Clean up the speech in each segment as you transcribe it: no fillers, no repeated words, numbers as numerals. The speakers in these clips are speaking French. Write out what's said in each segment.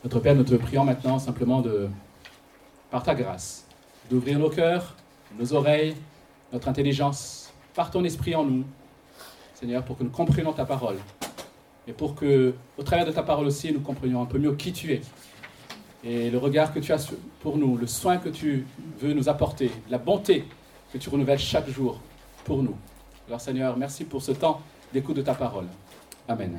Notre Père, nous te prions maintenant simplement par ta grâce, d'ouvrir nos cœurs, nos oreilles, notre intelligence, par ton esprit en nous, Seigneur, pour que nous comprenions ta parole. Et pour que, au travers de ta parole aussi, nous comprenions un peu mieux qui tu es. Et le regard que tu as pour nous, le soin que tu veux nous apporter, la bonté que tu renouvelles chaque jour pour nous. Alors Seigneur, merci pour ce temps d'écoute de ta parole. Amen.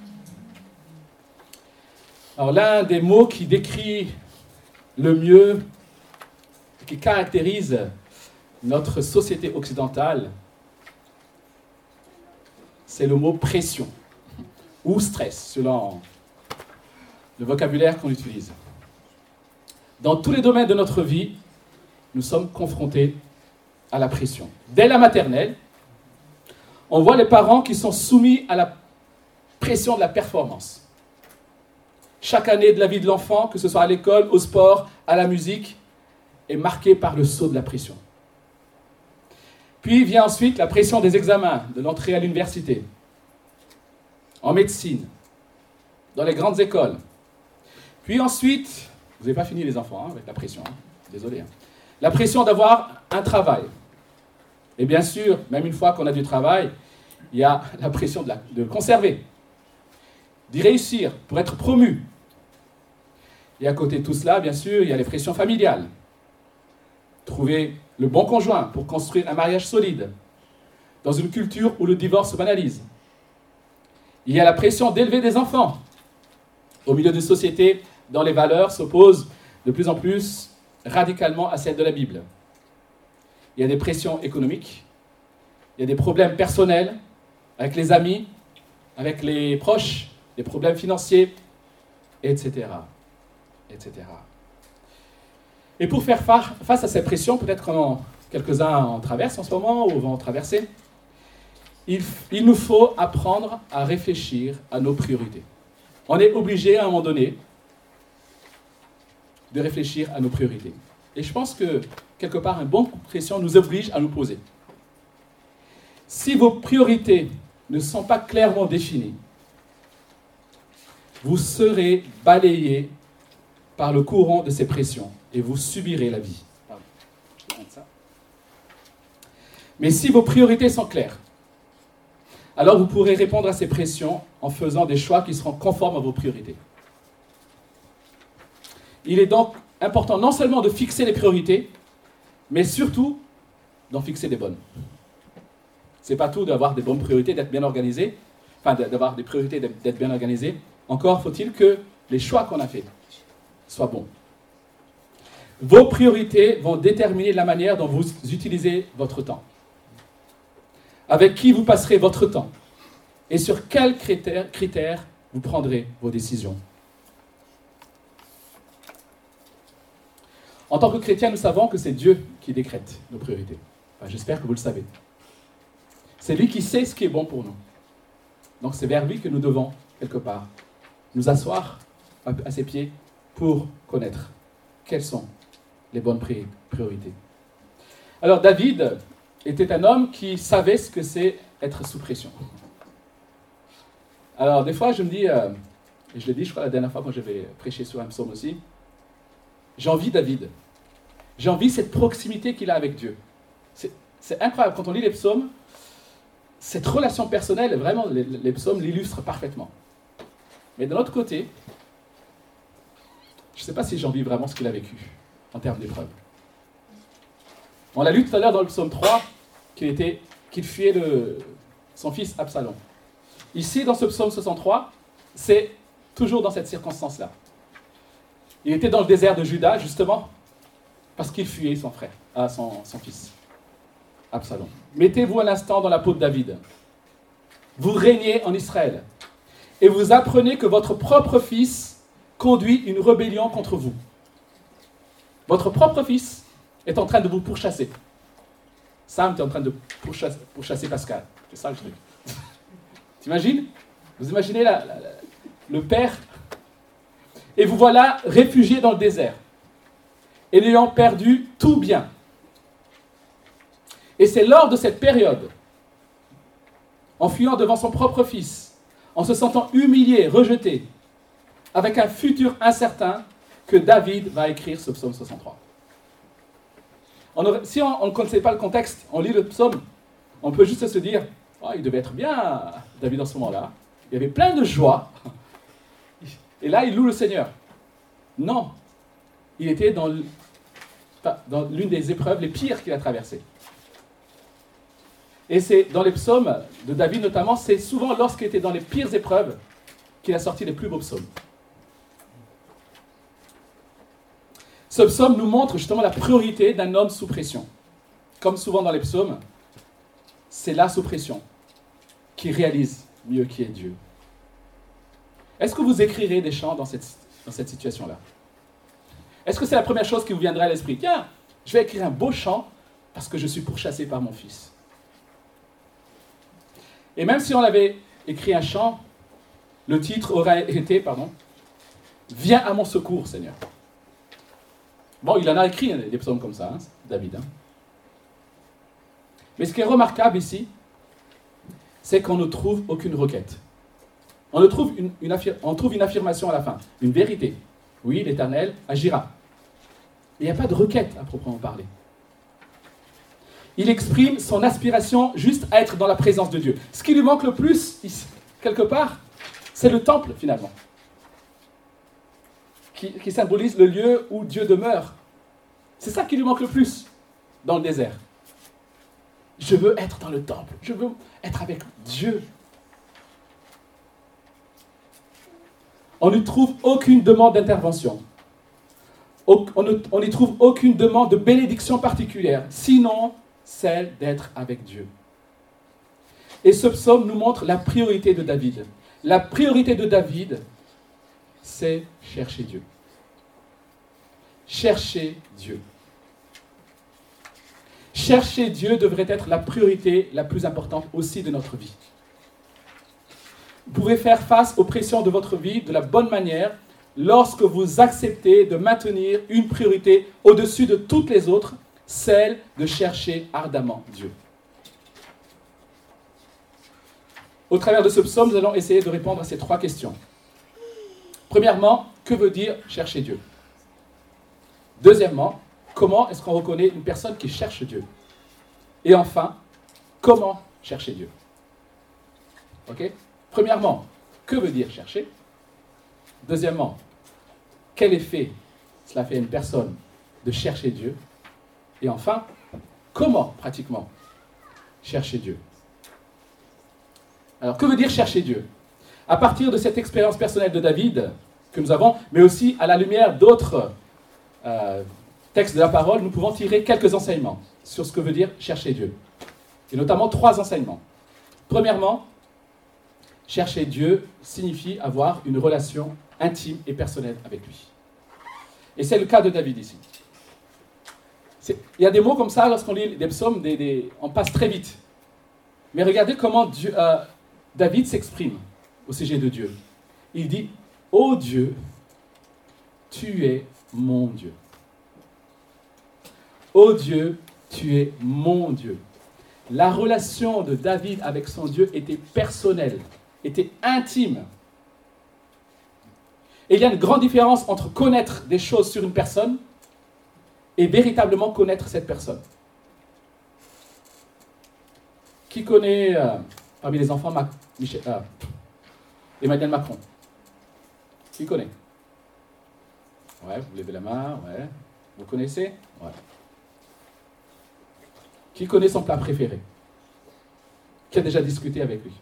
Alors l'un des mots qui décrit le mieux, qui caractérise notre société occidentale, c'est le mot pression ou stress, selon le vocabulaire qu'on utilise. Dans tous les domaines de notre vie, nous sommes confrontés à la pression. Dès la maternelle, on voit les parents qui sont soumis à la pression de la performance. Chaque année de la vie de l'enfant, que ce soit à l'école, au sport, à la musique, est marquée par le sceau de la pression. Puis vient ensuite la pression des examens, de l'entrée à l'université, en médecine, dans les grandes écoles. Puis ensuite, vous n'avez pas fini les enfants avec la pression, désolé. La pression d'avoir un travail. Et bien sûr, même une fois qu'on a du travail, il y a la pression de le conserver, d'y réussir pour être promu. Et à côté de tout cela, bien sûr, il y a les pressions familiales. Trouver le bon conjoint pour construire un mariage solide, dans une culture où le divorce se banalise. Il y a la pression d'élever des enfants, au milieu d'une société dont les valeurs s'opposent de plus en plus radicalement à celles de la Bible. Il y a des pressions économiques, il y a des problèmes personnels, avec les amis, avec les proches, des problèmes financiers, etc. etc. Et pour faire face à ces pressions, peut-être que quelques-uns en traversent en ce moment ou vont en traverser, il nous faut apprendre à réfléchir à nos priorités. On est obligé à un moment donné de réfléchir à nos priorités. Et je pense que, quelque part, un bon pression nous oblige à nous poser. Si vos priorités ne sont pas clairement définies, vous serez balayé par le courant de ces pressions et vous subirez la vie. Mais si vos priorités sont claires, alors vous pourrez répondre à ces pressions en faisant des choix qui seront conformes à vos priorités. Il est donc important non seulement de fixer les priorités, mais surtout d'en fixer des bonnes. Ce n'est pas tout d'avoir des bonnes priorités, d'être bien organisé, enfin d'avoir des priorités, d'être bien organisé. Encore faut-il que les choix qu'on a faits soient bons. Vos priorités vont déterminer la manière dont vous utilisez votre temps. Avec qui vous passerez votre temps et sur quels critères vous prendrez vos décisions. En tant que chrétiens, nous savons que c'est Dieu qui décrète nos priorités. Enfin, j'espère que vous le savez. C'est lui qui sait ce qui est bon pour nous. Donc c'est vers lui que nous devons, quelque part, nous asseoir à ses pieds pour connaître quelles sont les bonnes priorités. Alors David était un homme qui savait ce que c'est être sous pression. Alors des fois je me dis, et je l'ai dit je crois la dernière fois quand j'avais prêché sur un psaume aussi, j'envie David. J'envie cette proximité qu'il a avec Dieu. C'est incroyable, quand on lit les psaumes, cette relation personnelle, vraiment, les psaumes l'illustrent parfaitement. Mais d'un autre côté, je ne sais pas si j'envie vraiment ce qu'il a vécu en termes d'épreuves. On l'a lu tout à l'heure dans le psaume 3, qu'il fuyait son fils Absalom. Ici, dans ce psaume 63, c'est toujours dans cette circonstance-là. Il était dans le désert de Juda, justement, parce qu'il fuyait son frère, son fils, Absalom. Mettez-vous un instant dans la peau de David. Vous régnez en Israël, et vous apprenez que votre propre fils conduit une rébellion contre vous. Votre propre fils est en train de vous pourchasser. Sam, tu es en train de pourchasser Pascal. C'est ça le truc. T'imagines ? Vous imaginez le père ? Et vous voilà réfugié dans le désert, et ayant perdu tout bien. Et c'est lors de cette période, en fuyant devant son propre fils, en se sentant humilié, rejeté, avec un futur incertain, que David va écrire ce psaume 63. Si on ne connaissait pas le contexte, on lit le psaume, on peut juste se dire, oh, il devait être bien, David, en ce moment-là. Il y avait plein de joie. Et là, il loue le Seigneur. Non. Il était dans l'une des épreuves les pires qu'il a traversées. Et c'est dans les psaumes de David notamment, c'est souvent lorsqu'il était dans les pires épreuves qu'il a sorti les plus beaux psaumes. Ce psaume nous montre justement la priorité d'un homme sous pression. Comme souvent dans les psaumes, c'est la sous pression qui réalise mieux qui est Dieu. Est-ce que vous écrirez des chants dans cette situation-là? Est-ce que c'est la première chose qui vous viendrait à l'esprit? Tiens, je vais écrire un beau chant parce que je suis pourchassé par mon fils. Et même si on avait écrit un chant, le titre aurait été, Viens à mon secours, Seigneur. Bon, il en a écrit des psaumes comme ça, David. Mais ce qui est remarquable ici, c'est qu'on ne trouve aucune requête. On trouve une affirmation à la fin, une vérité. Oui, l'Éternel agira. Il n'y a pas de requête à proprement parler. Il exprime son aspiration juste à être dans la présence de Dieu. Ce qui lui manque le plus, quelque part, c'est le temple, finalement. Qui symbolise le lieu où Dieu demeure. C'est ça qui lui manque le plus dans le désert. Je veux être dans le temple. Je veux être avec Dieu. On n'y trouve aucune demande d'intervention. On n'y trouve aucune demande de bénédiction particulière, sinon celle d'être avec Dieu. Et ce psaume nous montre la priorité de David. La priorité de David, c'est chercher Dieu. Chercher Dieu. Chercher Dieu devrait être la priorité la plus importante aussi de notre vie. Vous pouvez faire face aux pressions de votre vie de la bonne manière lorsque vous acceptez de maintenir une priorité au-dessus de toutes les autres, celle de chercher ardemment Dieu. Au travers de ce psaume, nous allons essayer de répondre à ces 3 questions. Premièrement, que veut dire chercher Dieu? Deuxièmement, comment est-ce qu'on reconnaît une personne qui cherche Dieu? Et enfin, comment chercher Dieu? Ok? Premièrement, que veut dire chercher? Deuxièmement, quel effet cela fait à une personne de chercher Dieu? Et enfin, comment pratiquement chercher Dieu? Alors, que veut dire chercher Dieu? À partir de cette expérience personnelle de David que nous avons, mais aussi à la lumière d'autres textes de la parole, nous pouvons tirer quelques enseignements sur ce que veut dire chercher Dieu. Et notamment 3 enseignements. Premièrement, chercher Dieu signifie avoir une relation intime et personnelle avec lui. Et c'est le cas de David ici. Il y a des mots comme ça, lorsqu'on lit des psaumes, on passe très vite. Mais regardez comment David s'exprime au sujet de Dieu. Il dit, « Ô Dieu, tu es mon Dieu. Ô Dieu, tu es mon Dieu. » La relation de David avec son Dieu était personnelle, était intime. Et il y a une grande différence entre connaître des choses sur une personne et véritablement connaître cette personne. Qui connaît, parmi les enfants, Emmanuel Macron? Qui connaît? Ouais, vous levez la main, ouais. Vous connaissez? Ouais. Qui connaît son plat préféré? Qui a déjà discuté avec lui?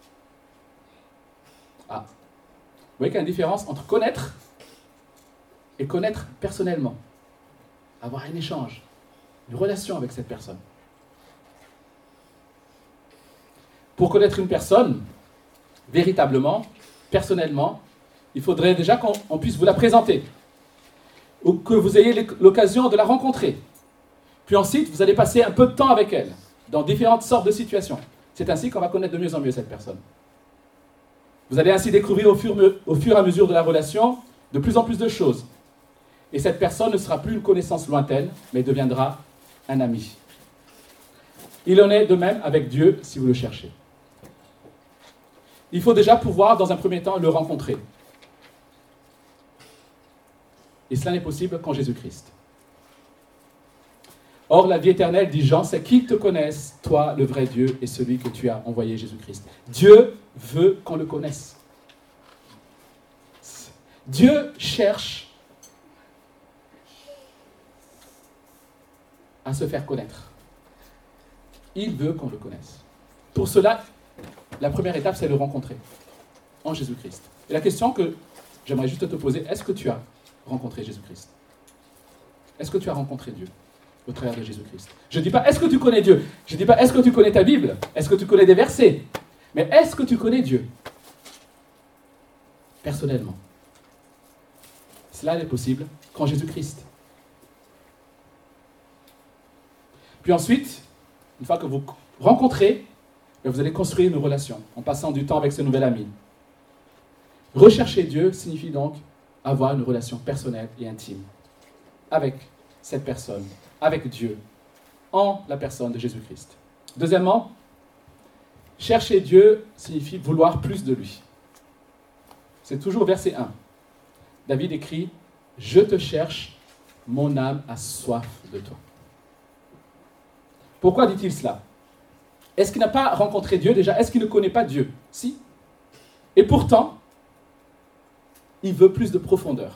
Ah. Vous voyez qu'il y a une différence entre connaître et connaître personnellement. Avoir un échange, une relation avec cette personne. Pour connaître une personne, véritablement, personnellement, il faudrait déjà qu'on puisse vous la présenter. Ou que vous ayez l'occasion de la rencontrer. Puis ensuite, vous allez passer un peu de temps avec elle, dans différentes sortes de situations. C'est ainsi qu'on va connaître de mieux en mieux cette personne. Vous allez ainsi découvrir au fur et à mesure de la relation de plus en plus de choses. Et cette personne ne sera plus une connaissance lointaine, mais deviendra un ami. Il en est de même avec Dieu si vous le cherchez. Il faut déjà pouvoir, dans un premier temps, le rencontrer. Et cela n'est possible qu'en Jésus-Christ. Or, la vie éternelle, dit Jean, c'est qu'ils te connaissent, toi, le vrai Dieu, et celui que tu as envoyé, Jésus-Christ. Dieu veut qu'on le connaisse. Dieu cherche à se faire connaître. Il veut qu'on le connaisse. Pour cela, la première étape, c'est le rencontrer en Jésus-Christ. Et la question que j'aimerais juste te poser, est-ce que tu as rencontré Jésus-Christ? Est-ce que tu as rencontré Dieu au travers de Jésus-Christ? Je ne dis pas, est-ce que tu connais Dieu? Je ne dis pas, est-ce que tu connais ta Bible? Est-ce que tu connais des versets? Mais est-ce que tu connais Dieu? Personnellement. Cela n'est possible qu'en Jésus-Christ. Puis ensuite, une fois que vous rencontrez, vous allez construire une relation en passant du temps avec ce nouvel ami. Rechercher Dieu signifie donc avoir une relation personnelle et intime avec cette personne, avec Dieu, en la personne de Jésus-Christ. Deuxièmement, chercher Dieu signifie vouloir plus de lui. C'est toujours verset 1. David écrit « Je te cherche, mon âme a soif de toi ». Pourquoi dit-il cela? Est-ce qu'il n'a pas rencontré Dieu déjà? Est-ce qu'il ne connaît pas Dieu? Si. Et pourtant, il veut plus de profondeur.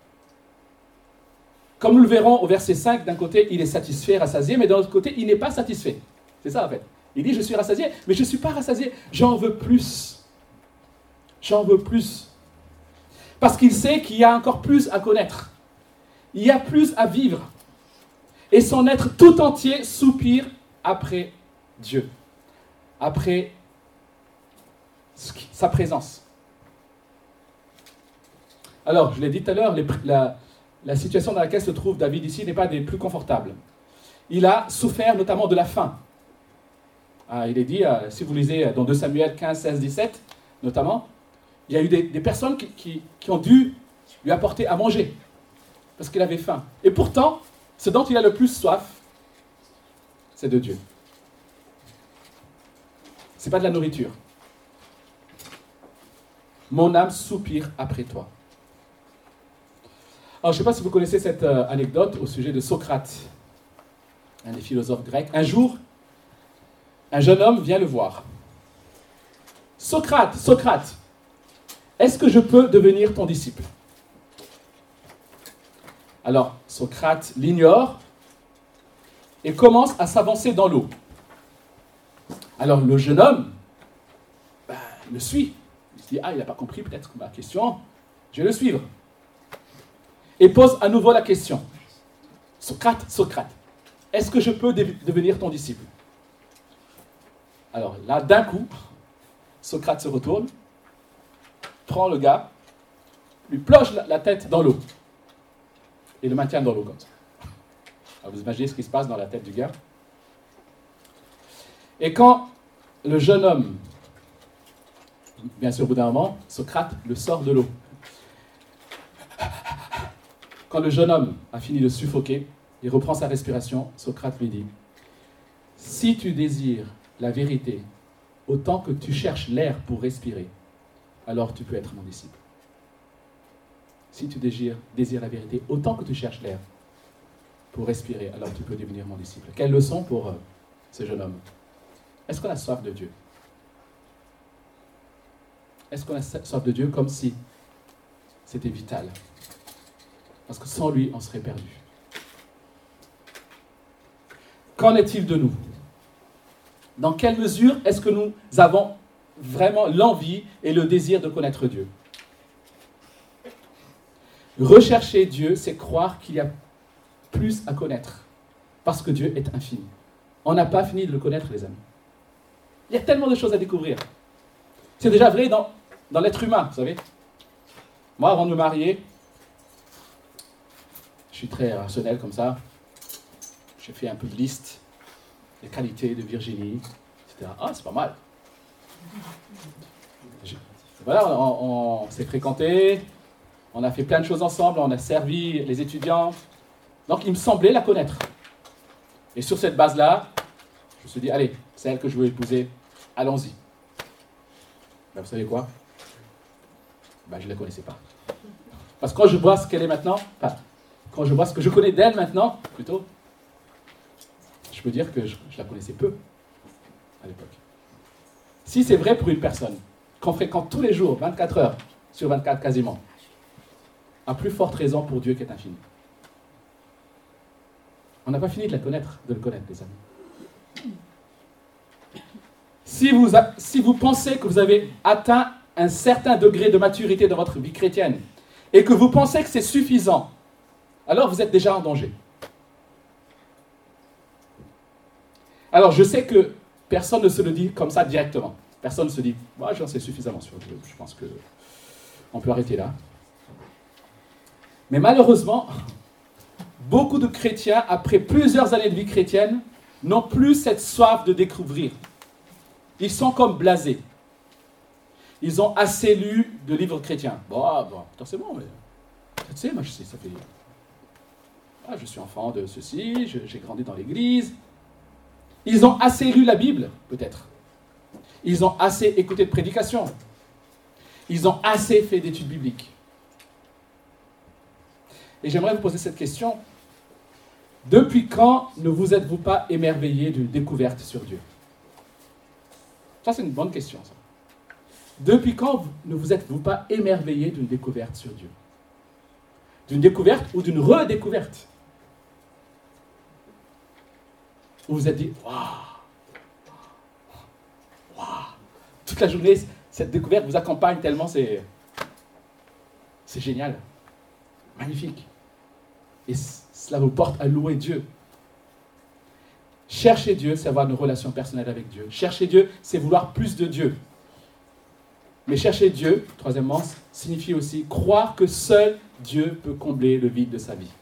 Comme nous le verrons au verset 5, d'un côté, il est satisfait, rassasié, mais de l'autre côté, il n'est pas satisfait. C'est ça en fait. Il dit, je suis rassasié, mais je ne suis pas rassasié. J'en veux plus. J'en veux plus. Parce qu'il sait qu'il y a encore plus à connaître. Il y a plus à vivre. Et son être tout entier soupire après Dieu. Après sa présence. Alors, je l'ai dit tout à l'heure, la situation dans laquelle se trouve David ici n'est pas des plus confortables. Il a souffert notamment de la faim. Il est dit, si vous lisez dans 2 Samuel 15, 16, 17, notamment, il y a eu des personnes qui ont dû lui apporter à manger, parce qu'il avait faim. Et pourtant, ce dont il a le plus soif, c'est de Dieu. Ce n'est pas de la nourriture. Mon âme soupire après toi. Alors, je ne sais pas si vous connaissez cette anecdote au sujet de Socrate, un des philosophes grecs. Un jour, un jeune homme vient le voir. Socrate, Socrate, est-ce que je peux devenir ton disciple? Alors, Socrate l'ignore et commence à s'avancer dans l'eau. Alors, le jeune homme le suit. Il se dit, il n'a pas compris peut-être ma question, je vais le suivre. Et pose à nouveau la question. Socrate, Socrate, est-ce que je peux devenir ton disciple? Alors là, d'un coup, Socrate se retourne, prend le gars, lui plonge la tête dans l'eau et le maintient dans l'eau comme ça. Alors vous imaginez ce qui se passe dans la tête du gars. Et quand le jeune homme, bien sûr au bout d'un moment, Socrate le sort de l'eau. Quand le jeune homme a fini de suffoquer, il reprend sa respiration, Socrate lui dit « Si tu désires la vérité autant que tu cherches l'air pour respirer, alors tu peux être mon disciple. Si tu désires la vérité autant que tu cherches l'air pour respirer, alors tu peux devenir mon disciple. » Quelle leçon pour ce jeune homme. Est-ce qu'on a soif de Dieu? Est-ce qu'on a soif de Dieu comme si c'était vital? Parce que sans lui, on serait perdu. Qu'en est-il de nous? Dans quelle mesure est-ce que nous avons vraiment l'envie et le désir de connaître Dieu? Rechercher Dieu, c'est croire qu'il y a plus à connaître. Parce que Dieu est infini. On n'a pas fini de le connaître, les amis. Il y a tellement de choses à découvrir. C'est déjà vrai dans l'être humain, vous savez. Moi, avant de me marier, je suis très rationnel comme ça. J'ai fait un peu de liste des qualités de Virginie, etc. C'est pas mal. Voilà, on s'est fréquentés, on a fait plein de choses ensemble, on a servi les étudiants. Donc, il me semblait la connaître. Et sur cette base-là, je me suis dit, allez, c'est elle que je veux épouser, allons-y. Vous savez quoi? Je ne la connaissais pas. Parce que quand je vois ce qu'elle est maintenant, enfin, quand je vois ce que je connais d'elle maintenant, plutôt, je peux dire que je la connaissais peu à l'époque. Si c'est vrai pour une personne qu'on fréquente tous les jours, 24 heures sur 24 quasiment, à plus forte raison pour Dieu qui est infini. On n'a pas fini de le connaître, les amis. Si vous pensez que vous avez atteint un certain degré de maturité dans votre vie chrétienne et que vous pensez que c'est suffisant, alors vous êtes déjà en danger. Alors je sais que personne ne se le dit comme ça directement. Personne ne se dit, moi j'en sais suffisamment sur Dieu, je pense qu'on peut arrêter là. Mais malheureusement, beaucoup de chrétiens, après plusieurs années de vie chrétienne, n'ont plus cette soif de découvrir. Ils sont comme blasés. Ils ont assez lu de livres chrétiens. Bon, c'est bon, mais tu sais, moi je sais, ça fait... Ah, je suis enfant de ceci, j'ai grandi dans l'église. Ils ont assez lu la Bible, peut-être. Ils ont assez écouté de prédications. Ils ont assez fait d'études bibliques. Et j'aimerais vous poser cette question. Depuis quand ne vous êtes-vous pas émerveillé d'une découverte sur Dieu? Ça, c'est une bonne question, ça. Depuis quand ne vous êtes-vous pas émerveillé d'une découverte sur Dieu? D'une découverte ou d'une redécouverte? Vous vous êtes dit, waouh, toute la journée, cette découverte vous accompagne tellement, c'est génial, magnifique. Et cela vous porte à louer Dieu. Chercher Dieu, c'est avoir une relation personnelle avec Dieu. Chercher Dieu, c'est vouloir plus de Dieu. Mais chercher Dieu, troisièmement, signifie aussi croire que seul Dieu peut combler le vide de sa vie.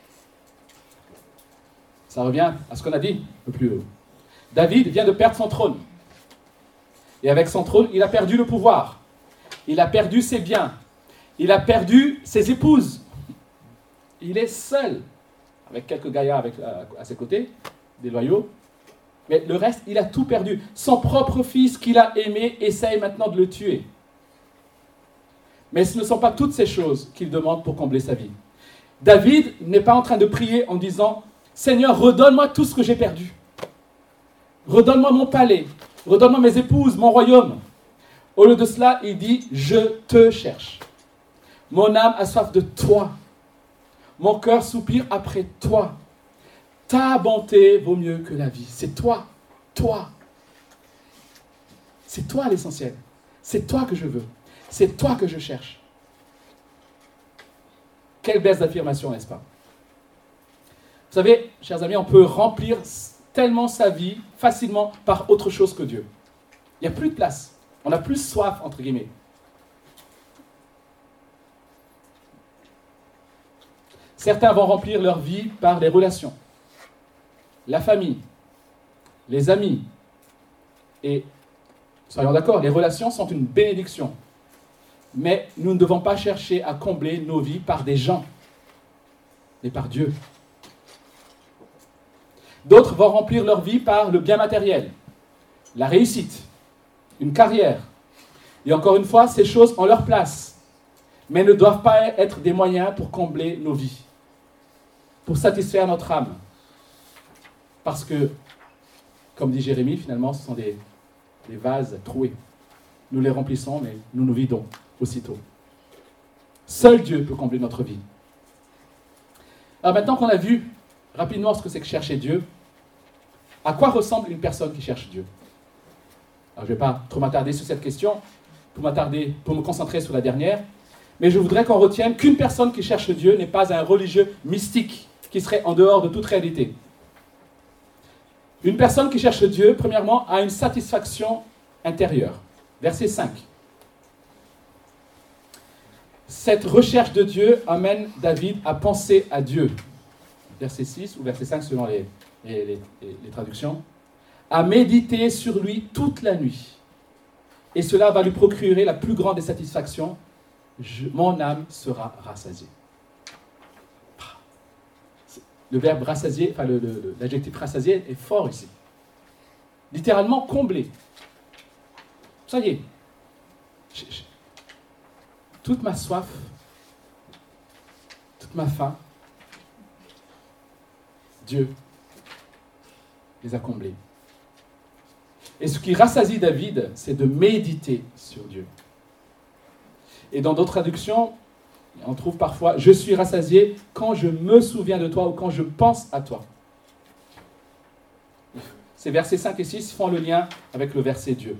Ça revient à ce qu'on a dit un peu plus haut. David vient de perdre son trône. Et avec son trône, il a perdu le pouvoir. Il a perdu ses biens. Il a perdu ses épouses. Il est seul, avec quelques gaillards à ses côtés, des loyaux. Mais le reste, il a tout perdu. Son propre fils qu'il a aimé essaye maintenant de le tuer. Mais ce ne sont pas toutes ces choses qu'il demande pour combler sa vie. David n'est pas en train de prier en disant « Seigneur, redonne-moi tout ce que j'ai perdu. Redonne-moi mon palais. Redonne-moi mes épouses, mon royaume. » Au lieu de cela, il dit « Je te cherche. Mon âme a soif de toi. Mon cœur soupire après toi. Ta bonté vaut mieux que la vie. » C'est toi. Toi. C'est toi l'essentiel. C'est toi que je veux. C'est toi que je cherche. Quelle baisse d'affirmation, n'est-ce pas? Vous savez, chers amis, on peut remplir tellement sa vie facilement par autre chose que Dieu. Il n'y a plus de place. On n'a plus soif, entre guillemets. Certains vont remplir leur vie par les relations, la famille, les amis. Et soyons d'accord, les relations sont une bénédiction. Mais nous ne devons pas chercher à combler nos vies par des gens, mais par Dieu. D'autres vont remplir leur vie par le bien matériel, la réussite, une carrière. Et encore une fois, ces choses ont leur place, mais ne doivent pas être des moyens pour combler nos vies, pour satisfaire notre âme. Parce que, comme dit Jérémie, finalement, ce sont des vases troués. Nous les remplissons, mais nous nous vidons aussitôt. Seul Dieu peut combler notre vie. Alors maintenant qu'on a vu rapidement ce que c'est que chercher Dieu, à quoi ressemble une personne qui cherche Dieu? Alors, je ne vais pas trop m'attarder sur cette question, pour me concentrer sur la dernière, mais je voudrais qu'on retienne qu'une personne qui cherche Dieu n'est pas un religieux mystique qui serait en dehors de toute réalité. Une personne qui cherche Dieu, premièrement, a une satisfaction intérieure. Verset 5. Cette recherche de Dieu amène David à penser à Dieu. Verset 6 ou verset 5 selon les traductions. À méditer sur lui toute la nuit. Et cela va lui procurer la plus grande des satisfactions. Mon âme sera rassasiée. Le verbe rassasier, enfin l'adjectif rassasier est fort ici. Littéralement comblé. Ça y est. Toute ma soif toute ma faim, Dieu les a comblés. Et ce qui rassasie David, c'est de méditer sur Dieu. Et dans d'autres traductions, on trouve parfois « Je suis rassasié quand je me souviens de toi » ou « quand je pense à toi ». Ces versets 5 et 6 font le lien avec le verset 2.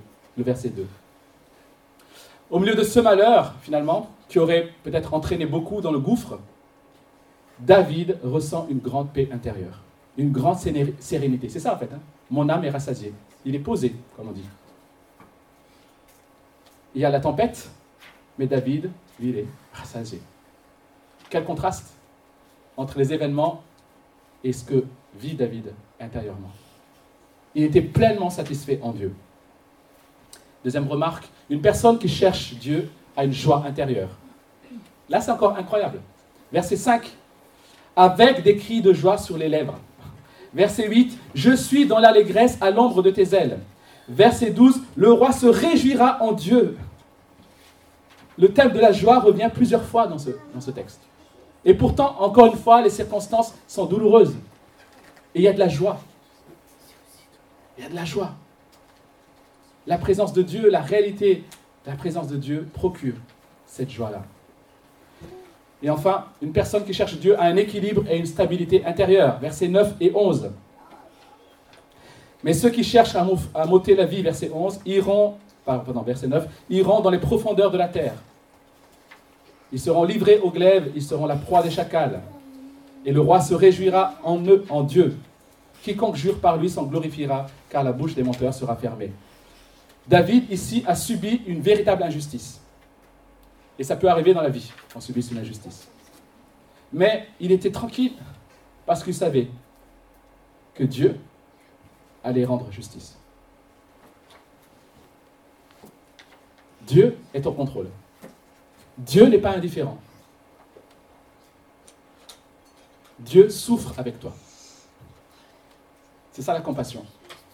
Au milieu de ce malheur, finalement, qui aurait peut-être entraîné beaucoup dans le gouffre, David ressent une grande paix intérieure, une grande sérénité. C'est ça en fait, hein. Mon âme est rassasiée. Il est posé, comme on dit. Il y a la tempête, mais David, lui, il est rassasié. Quel contraste entre les événements et ce que vit David intérieurement. Il était pleinement satisfait en Dieu. Deuxième remarque, une personne qui cherche Dieu a une joie intérieure. Là, c'est encore incroyable. Verset 5, avec des cris de joie sur les lèvres. Verset 8, je suis dans l'allégresse à l'ombre de tes ailes. Verset 12, le roi se réjouira en Dieu. Le thème de la joie revient plusieurs fois dans ce texte. Et pourtant, encore une fois, les circonstances sont douloureuses. Et il y a de la joie. Il y a de la joie. La présence de Dieu, la réalité de la présence de Dieu procure cette joie-là. Et enfin, une personne qui cherche Dieu a un équilibre et une stabilité intérieure. Versets 9 et 11. Mais ceux qui cherchent à m'ôter la vie, verset 11, verset 9, iront dans les profondeurs de la terre. Ils seront livrés au glaive, ils seront la proie des chacals. Et le roi se réjouira en eux, en Dieu. Quiconque jure par lui s'en glorifiera, car la bouche des menteurs sera fermée. David, ici, a subi une véritable injustice. Et ça peut arriver dans la vie, qu'on subisse une injustice. Mais il était tranquille, parce qu'il savait que Dieu allait rendre justice. Dieu est au contrôle. Dieu n'est pas indifférent. Dieu souffre avec toi. C'est ça la compassion.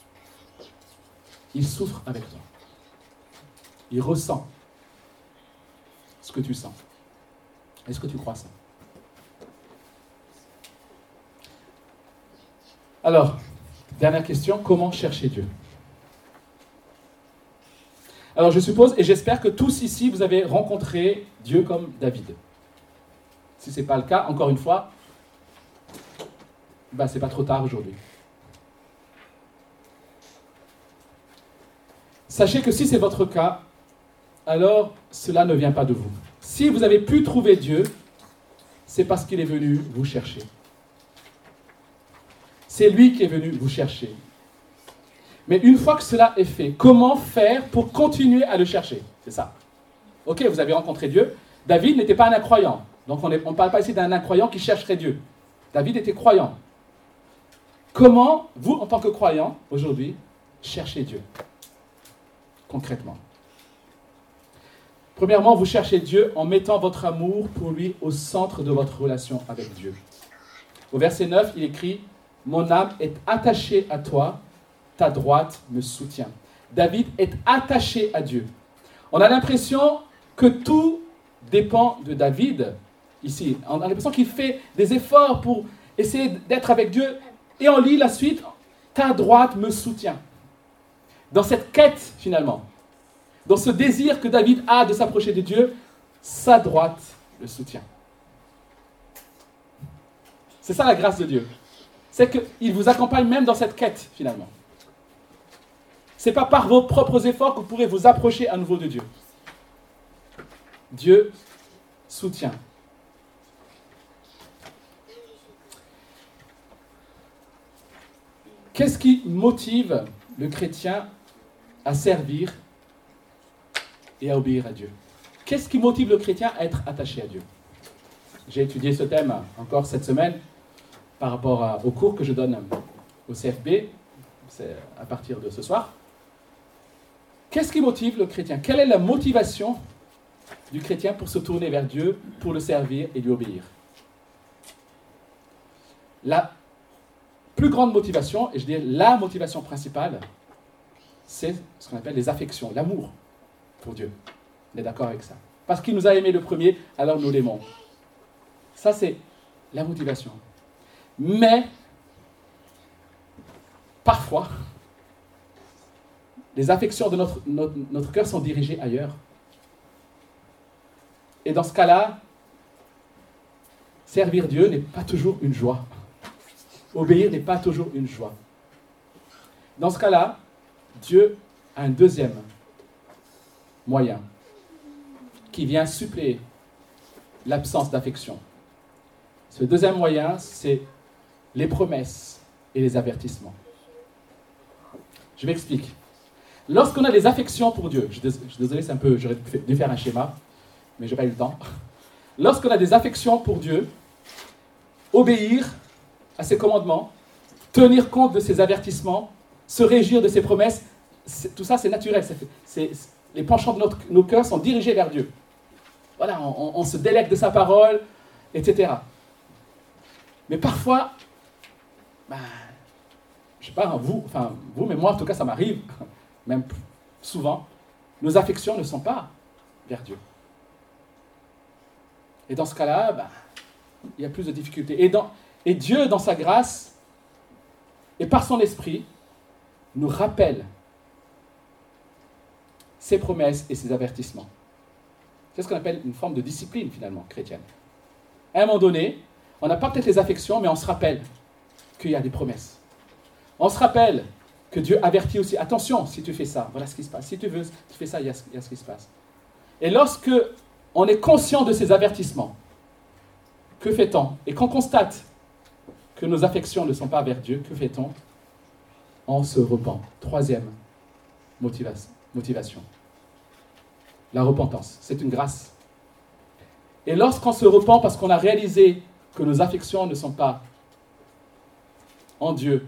Il souffre avec toi. Il ressent ce que tu sens. Est-ce que tu crois ça? Alors, dernière question, comment chercher Dieu? Alors je suppose et j'espère que tous ici, vous avez rencontré Dieu comme David. Si ce n'est pas le cas, encore une fois, ce n'est pas trop tard aujourd'hui. Sachez que si c'est votre cas, alors cela ne vient pas de vous. Si vous avez pu trouver Dieu, c'est parce qu'il est venu vous chercher. C'est lui qui est venu vous chercher. Mais une fois que cela est fait, comment faire pour continuer à le chercher? C'est ça. Ok, vous avez rencontré Dieu. David n'était pas un incroyant. Donc on ne parle pas ici d'un incroyant qui chercherait Dieu. David était croyant. Comment, vous, en tant que croyant, aujourd'hui, cherchez Dieu? Concrètement. Premièrement, vous cherchez Dieu en mettant votre amour pour lui au centre de votre relation avec Dieu. Au verset 9, il écrit « Mon âme est attachée à toi, ta droite me soutient. » David est attaché à Dieu. On a l'impression que tout dépend de David ici. On a l'impression qu'il fait des efforts pour essayer d'être avec Dieu. Et on lit la suite « Ta droite me soutient. » Dans cette quête, finalement, dans ce désir que David a de s'approcher de Dieu, sa droite le soutient. C'est ça la grâce de Dieu. C'est qu'il vous accompagne même dans cette quête, finalement. Ce n'est pas par vos propres efforts que vous pourrez vous approcher à nouveau de Dieu. Dieu soutient. Qu'est-ce qui motive le chrétien à servir et à obéir à Dieu? Qu'est-ce qui motive le chrétien à être attaché à Dieu? J'ai étudié ce thème encore cette semaine par rapport au cours que je donne au CFB, c'est à partir de ce soir. Qu'est-ce qui motive le chrétien? Quelle est la motivation du chrétien pour se tourner vers Dieu, pour le servir et lui obéir? La plus grande motivation, et je dirais la motivation principale, c'est ce qu'on appelle les affections, l'amour pour Dieu. On est d'accord avec ça? Parce qu'il nous a aimés le premier, alors nous l'aimons. Ça, c'est la motivation. Mais, parfois, les affections de notre cœur sont dirigées ailleurs. Et dans ce cas-là, servir Dieu n'est pas toujours une joie. Obéir n'est pas toujours une joie. Dans ce cas-là, Dieu a un deuxième moyen qui vient suppléer l'absence d'affection. Ce deuxième moyen, c'est les promesses et les avertissements. Je m'explique. Lorsqu'on a des affections pour Dieu, je suis désolé, j'aurais dû faire un schéma, mais je n'ai pas eu le temps. Lorsqu'on a des affections pour Dieu, obéir à ses commandements, tenir compte de ses avertissements, se réjouir de ses promesses, tout ça c'est naturel. Les penchants de nos cœurs sont dirigés vers Dieu. Voilà, on se délecte de sa parole, etc. Mais parfois, je ne sais pas, vous, mais moi en tout cas ça m'arrive, même souvent, nos affections ne sont pas vers Dieu. Et dans ce cas-là, il y a plus de difficultés. Et Dieu, dans sa grâce, et par son esprit, nous rappelle ses promesses et ses avertissements. C'est ce qu'on appelle une forme de discipline, finalement, chrétienne. À un moment donné, on n'a pas peut-être les affections, mais on se rappelle qu'il y a des promesses. On se rappelle que Dieu avertit aussi, attention, si tu fais ça, voilà ce qui se passe. Si tu fais ça, il y a ce qui se passe. Et lorsque on est conscient de ces avertissements, que fait-on? Et qu'on constate que nos affections ne sont pas vers Dieu, que fait-on? On se repent. Troisième motivation. La repentance, c'est une grâce. Et lorsqu'on se repent parce qu'on a réalisé que nos affections ne sont pas en Dieu,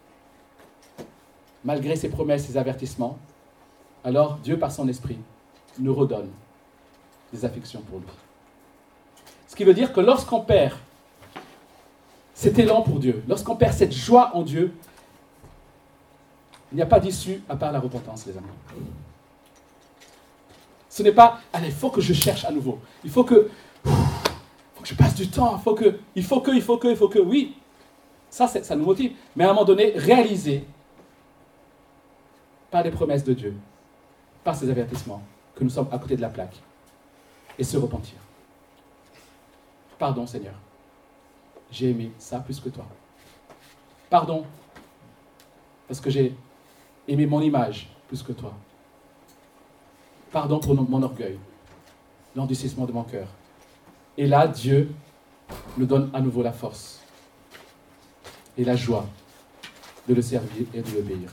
malgré ses promesses, ses avertissements, alors Dieu, par son esprit, nous redonne des affections pour lui. Ce qui veut dire que lorsqu'on perd cet élan pour Dieu, lorsqu'on perd cette joie en Dieu, il n'y a pas d'issue à part la repentance, les amis. Ce n'est pas, allez, il faut que je cherche à nouveau. Il faut que je passe du temps. Il faut que, oui. Ça nous motive. Mais à un moment donné, réaliser, par les promesses de Dieu, par ses avertissements, que nous sommes à côté de la plaque. Et se repentir. Pardon, Seigneur. J'ai aimé ça plus que toi. Pardon, parce que j'ai aimé mon image plus que toi. Pardon pour mon orgueil, l'endurcissement de mon cœur. Et là, Dieu nous donne à nouveau la force et la joie de le servir et de l'obéir.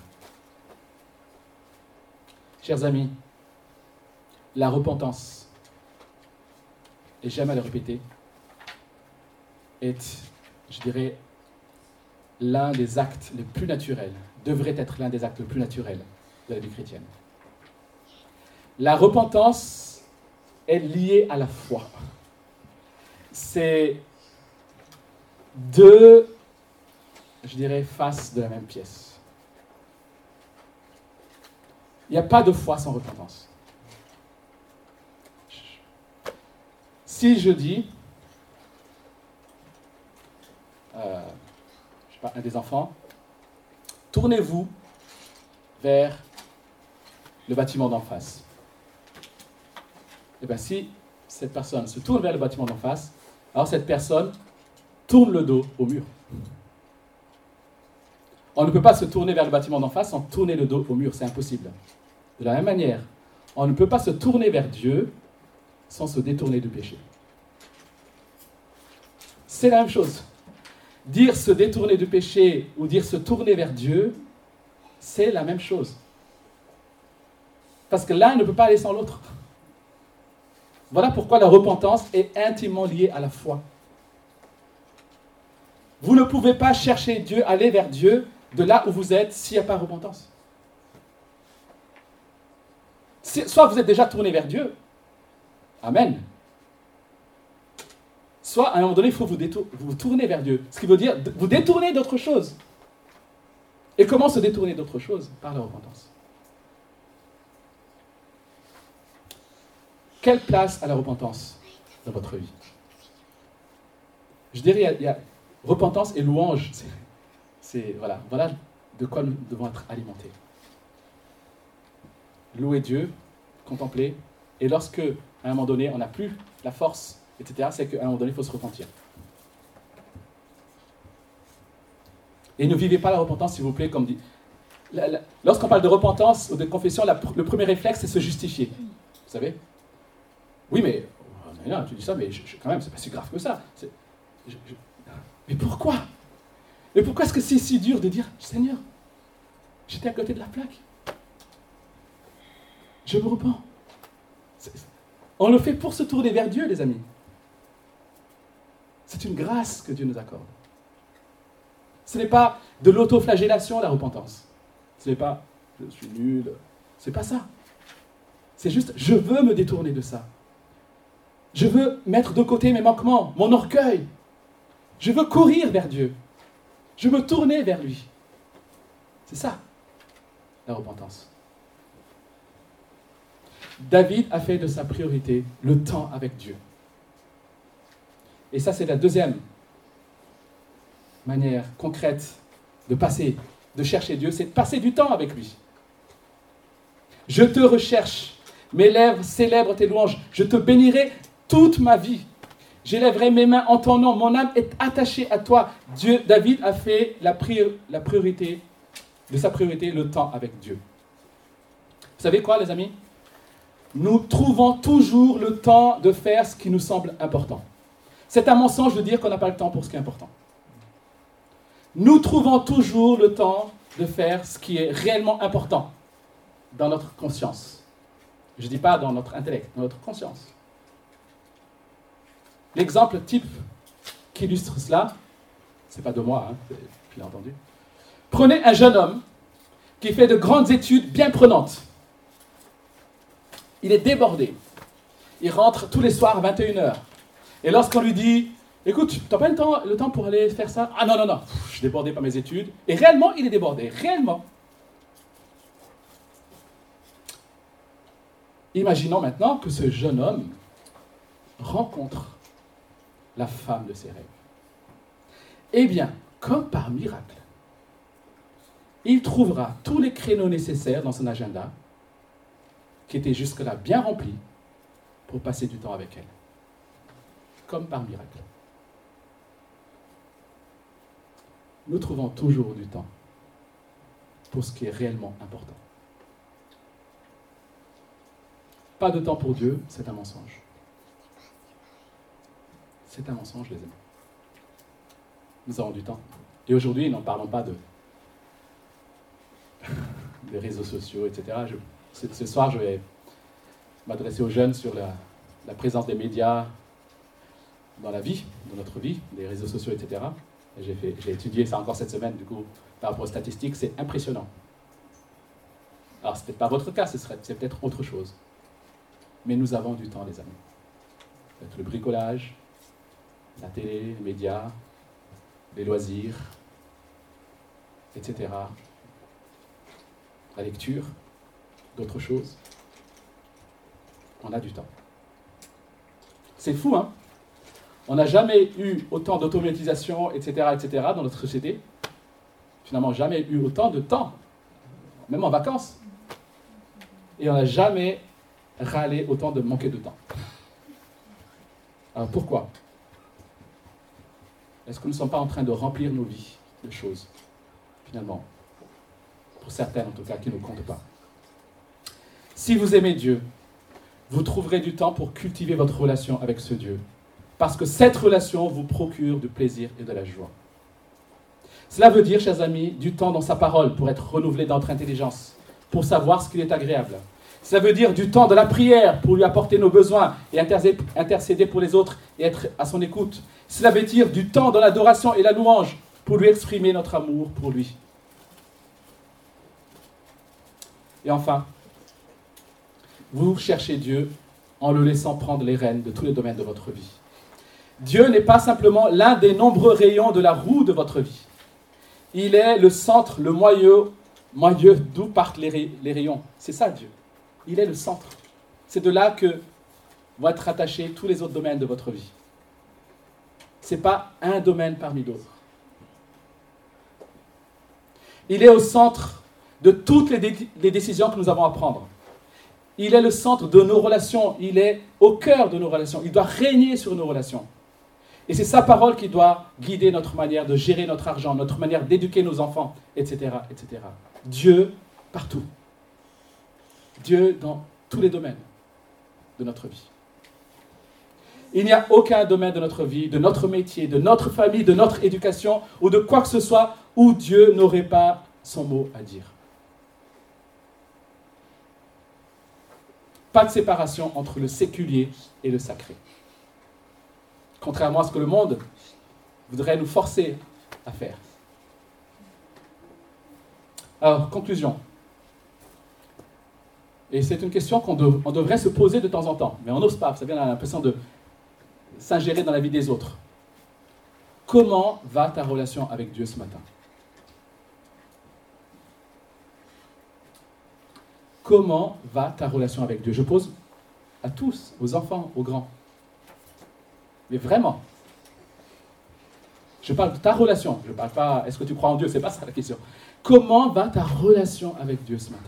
Chers amis, la repentance, et j'aime à le répéter, est, je dirais, l'un des actes les plus naturels, devrait être l'un des actes les plus naturels de la vie chrétienne. La repentance est liée à la foi. C'est deux, je dirais, faces de la même pièce. Il n'y a pas de foi sans repentance. Si je dis, je ne sais pas, un des enfants, tournez-vous vers le bâtiment d'en face. Et bien si cette personne se tourne vers le bâtiment d'en face, alors cette personne tourne le dos au mur. On ne peut pas se tourner vers le bâtiment d'en face sans tourner le dos au mur, c'est impossible. De la même manière, on ne peut pas se tourner vers Dieu sans se détourner du péché. C'est la même chose. Dire se détourner du péché ou dire se tourner vers Dieu, c'est la même chose. Parce que l'un ne peut pas aller sans l'autre. Voilà pourquoi la repentance est intimement liée à la foi. Vous ne pouvez pas chercher Dieu, aller vers Dieu de là où vous êtes s'il n'y a pas repentance. Soit vous êtes déjà tourné vers Dieu, amen. Soit à un moment donné, il faut vous tourner vers Dieu. Ce qui veut dire vous détourner d'autre chose. Et comment se détourner d'autre chose? Par la repentance. Quelle place a la repentance dans votre vie? Je dirais, il y a repentance et louange. Voilà de quoi nous devons être alimentés. Louer Dieu, contempler, et lorsque, à un moment donné, on n'a plus la force, etc., c'est qu'à un moment donné, il faut se repentir. Et ne vivez pas la repentance, s'il vous plaît, comme dit. Lorsqu'on parle de repentance ou de confession, le premier réflexe, c'est se justifier. Vous savez? Oui, mais non, tu dis ça, mais quand même, c'est pas si grave que ça. Mais pourquoi? Mais pourquoi est-ce que c'est si dur de dire, Seigneur, j'étais à côté de la plaque. Je me repens. On le fait pour se tourner vers Dieu, les amis. C'est une grâce que Dieu nous accorde. Ce n'est pas de l'autoflagellation, la repentance. Ce n'est pas « je suis nul ». C'est pas ça. C'est juste « je veux me détourner de ça ». Je veux mettre de côté mes manquements, mon orgueil. Je veux courir vers Dieu. Je veux me tourner vers lui. C'est ça, la repentance. David a fait de sa priorité le temps avec Dieu. Et ça, c'est la deuxième manière concrète de chercher Dieu, c'est de passer du temps avec lui. Je te recherche, mes lèvres célèbrent tes louanges, je te bénirai toute ma vie. J'élèverai mes mains en ton nom, mon âme est attachée à toi. David a fait la priorité de sa priorité le temps avec Dieu. Vous savez quoi, les amis? Nous trouvons toujours le temps de faire ce qui nous semble important. C'est un mensonge de dire qu'on n'a pas le temps pour ce qui est important. Nous trouvons toujours le temps de faire ce qui est réellement important dans notre conscience. Je ne dis pas dans notre intellect, dans notre conscience. L'exemple type qui illustre cela, ce n'est pas de moi, je l'ai entendu. Prenez un jeune homme qui fait de grandes études bien prenantes. Il est débordé. Il rentre tous les soirs à 21h. Et lorsqu'on lui dit « Écoute, tu n'as pas le temps pour aller faire ça ?»« Ah non, je suis débordé par mes études. » Et réellement, il est débordé. Réellement. Imaginons maintenant que ce jeune homme rencontre la femme de ses rêves. Eh bien, comme par miracle, il trouvera tous les créneaux nécessaires dans son agenda, qui étaient jusque-là bien remplis, pour passer du temps avec elle. Comme par miracle. Nous trouvons toujours du temps pour ce qui est réellement important. Pas de temps pour Dieu, c'est un mensonge. C'est un mensonge, les amis. Nous avons du temps. Et aujourd'hui, n'en parlons pas des réseaux sociaux, etc. Ce soir, je vais m'adresser aux jeunes sur la présence des médias dans la vie, dans notre vie, des réseaux sociaux, etc. Et j'ai étudié ça encore cette semaine, du coup, par rapport aux statistiques, c'est impressionnant. Alors, ce n'est peut-être pas votre cas, c'est peut-être autre chose. Mais nous avons du temps, les amis. Peut-être le bricolage, la télé, les médias, les loisirs, etc. La lecture, d'autres choses. On a du temps. C'est fou, hein? On n'a jamais eu autant d'automatisation, etc., dans notre société. Finalement, jamais eu autant de temps, même en vacances. Et on n'a jamais râlé autant de manquer de temps. Alors pourquoi? Est-ce que nous ne sommes pas en train de remplir nos vies de choses, finalement? Pour certaines, en tout cas, qui ne comptent pas. Si vous aimez Dieu, vous trouverez du temps pour cultiver votre relation avec ce Dieu. Parce que cette relation vous procure du plaisir et de la joie. Cela veut dire, chers amis, du temps dans sa parole pour être renouvelé dans notre intelligence, pour savoir ce qu'il est agréable. Cela veut dire du temps de la prière pour lui apporter nos besoins et intercéder pour les autres et être à son écoute. Cela veut dire du temps dans l'adoration et la louange pour lui exprimer notre amour pour lui. Et enfin, vous cherchez Dieu en le laissant prendre les rênes de tous les domaines de votre vie. Dieu n'est pas simplement l'un des nombreux rayons de la roue de votre vie. Il est le centre, le moyeu d'où partent les rayons. C'est ça Dieu. Il est le centre. C'est de là que vont être rattachés tous les autres domaines de votre vie. Ce n'est pas un domaine parmi d'autres. Il est au centre de toutes les décisions que nous avons à prendre. Il est le centre de nos relations. Il est au cœur de nos relations. Il doit régner sur nos relations. Et c'est sa parole qui doit guider notre manière de gérer notre argent, notre manière d'éduquer nos enfants, etc., etc. Dieu partout. Dieu dans tous les domaines de notre vie. Il n'y a aucun domaine de notre vie, de notre métier, de notre famille, de notre éducation ou de quoi que ce soit où Dieu n'aurait pas son mot à dire. Pas de séparation entre le séculier et le sacré. Contrairement à ce que le monde voudrait nous forcer à faire. Alors, conclusion. Et c'est une question qu'on devrait se poser de temps en temps, mais on n'ose pas, ça vient à l'impression de s'ingérer dans la vie des autres. Comment va ta relation avec Dieu ce matin? Comment va ta relation avec Dieu? Je pose à tous, aux enfants, aux grands. Mais vraiment. Je parle de ta relation. Je ne parle pas, est-ce que tu crois en Dieu? Ce n'est pas ça la question. Comment va ta relation avec Dieu ce matin?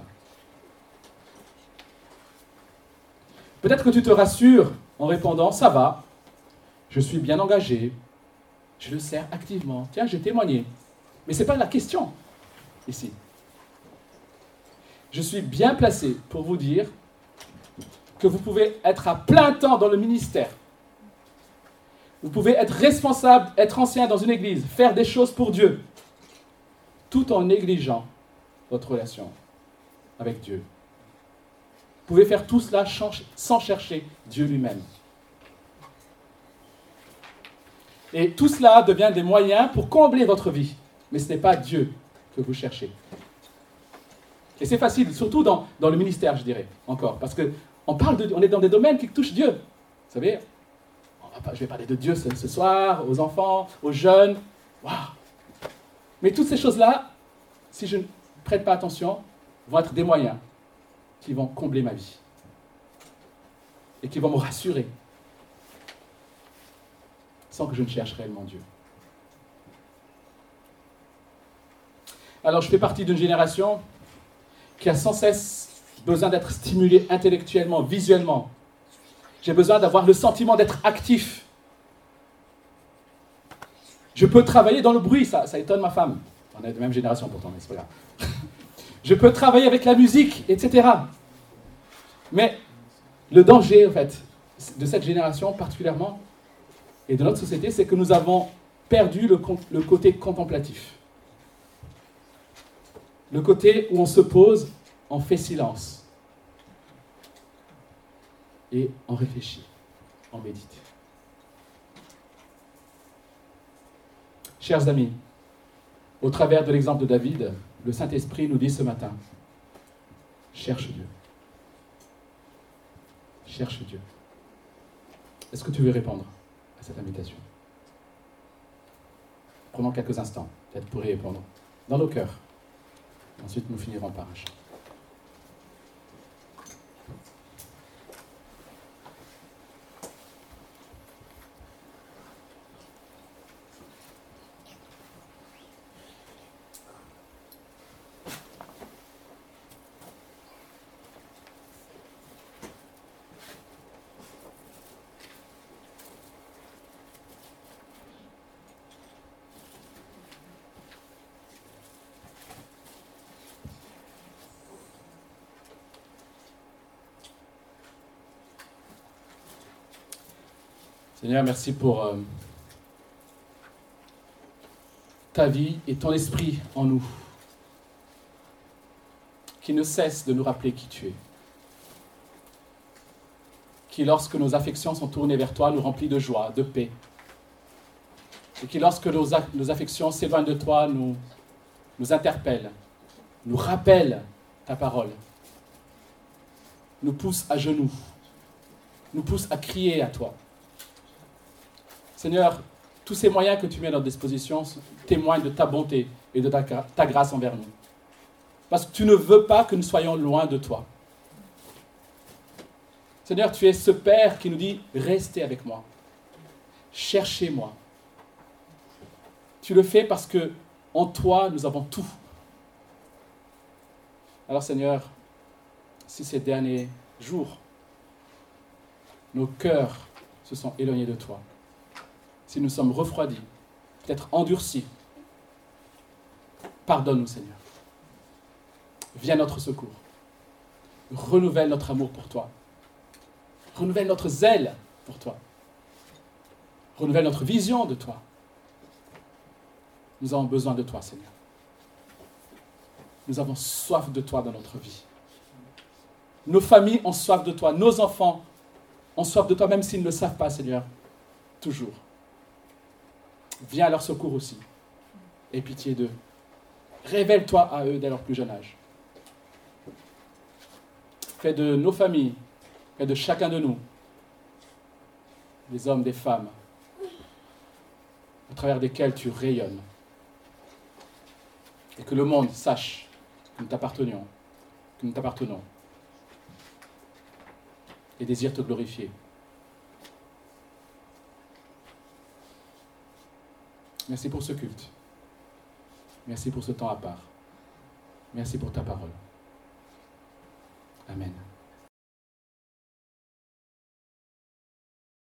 Peut-être que tu te rassures en répondant, ça va, je suis bien engagé, je le sers activement. Tiens, j'ai témoigné. Mais ce n'est pas la question ici. Je suis bien placé pour vous dire que vous pouvez être à plein temps dans le ministère. Vous pouvez être responsable, être ancien dans une église, faire des choses pour Dieu, tout en négligeant votre relation avec Dieu. Vous pouvez faire tout cela sans chercher Dieu lui-même. Et tout cela devient des moyens pour combler votre vie. Mais ce n'est pas Dieu que vous cherchez. Et c'est facile, surtout dans le ministère, je dirais, encore. Parce qu'on est dans des domaines qui touchent Dieu. Vous savez, je vais parler de Dieu ce soir, aux enfants, aux jeunes. Waouh! Mais toutes ces choses-là, si je ne prête pas attention, vont être des moyens qui vont combler ma vie. Et qui vont me rassurer. Sans que je ne cherche réellement Dieu. Alors, je fais partie d'une génération qui a sans cesse besoin d'être stimulée intellectuellement, visuellement. J'ai besoin d'avoir le sentiment d'être actif. Je peux travailler dans le bruit, ça étonne ma femme. On est de même génération pourtant, mais c'est pas grave. Je peux travailler avec la musique, etc. Mais le danger, en fait, de cette génération particulièrement, et de notre société, c'est que nous avons perdu le côté contemplatif. Le côté où on se pose, on fait silence. Et on réfléchit, on médite. Chers amis, au travers de l'exemple de David, le Saint-Esprit nous dit ce matin, cherche Dieu. Cherche Dieu. Est-ce que tu veux répondre à cette invitation? Prenons quelques instants, peut-être pour y répondre, dans nos cœurs. Ensuite, nous finirons par un chant. Seigneur, merci pour ta vie et ton esprit en nous, qui ne cesse de nous rappeler qui tu es, qui, lorsque nos affections sont tournées vers toi, nous remplit de joie, de paix, et qui, lorsque nos affections s'éloignent de toi, nous interpelle, nous rappelle ta parole, nous pousse à genoux, nous pousse à crier à toi. Seigneur, tous ces moyens que tu mets à notre disposition témoignent de ta bonté et de ta grâce envers nous. Parce que tu ne veux pas que nous soyons loin de toi. Seigneur, tu es ce Père qui nous dit, restez avec moi, cherchez-moi, Tu le fais parce que en toi, nous avons tout. Alors Seigneur, si ces derniers jours, nos cœurs se sont éloignés de toi, si nous sommes refroidis, peut-être endurcis, pardonne-nous Seigneur. Viens à notre secours. Renouvelle notre amour pour toi. Renouvelle notre zèle pour toi. Renouvelle notre vision de toi. Nous avons besoin de toi, Seigneur. Nous avons soif de toi dans notre vie. Nos familles ont soif de toi. Nos enfants ont soif de toi, même s'ils ne le savent pas, Seigneur. Toujours. Viens à leur secours aussi. Aie pitié d'eux. Révèle-toi à eux dès leur plus jeune âge. Fais de nos familles, fais de chacun de nous, des hommes, des femmes, à travers desquels tu rayonnes. Et que le monde sache que nous t'appartenons, et désire te glorifier. Merci pour ce culte. Merci pour ce temps à part. Merci pour ta parole. Amen.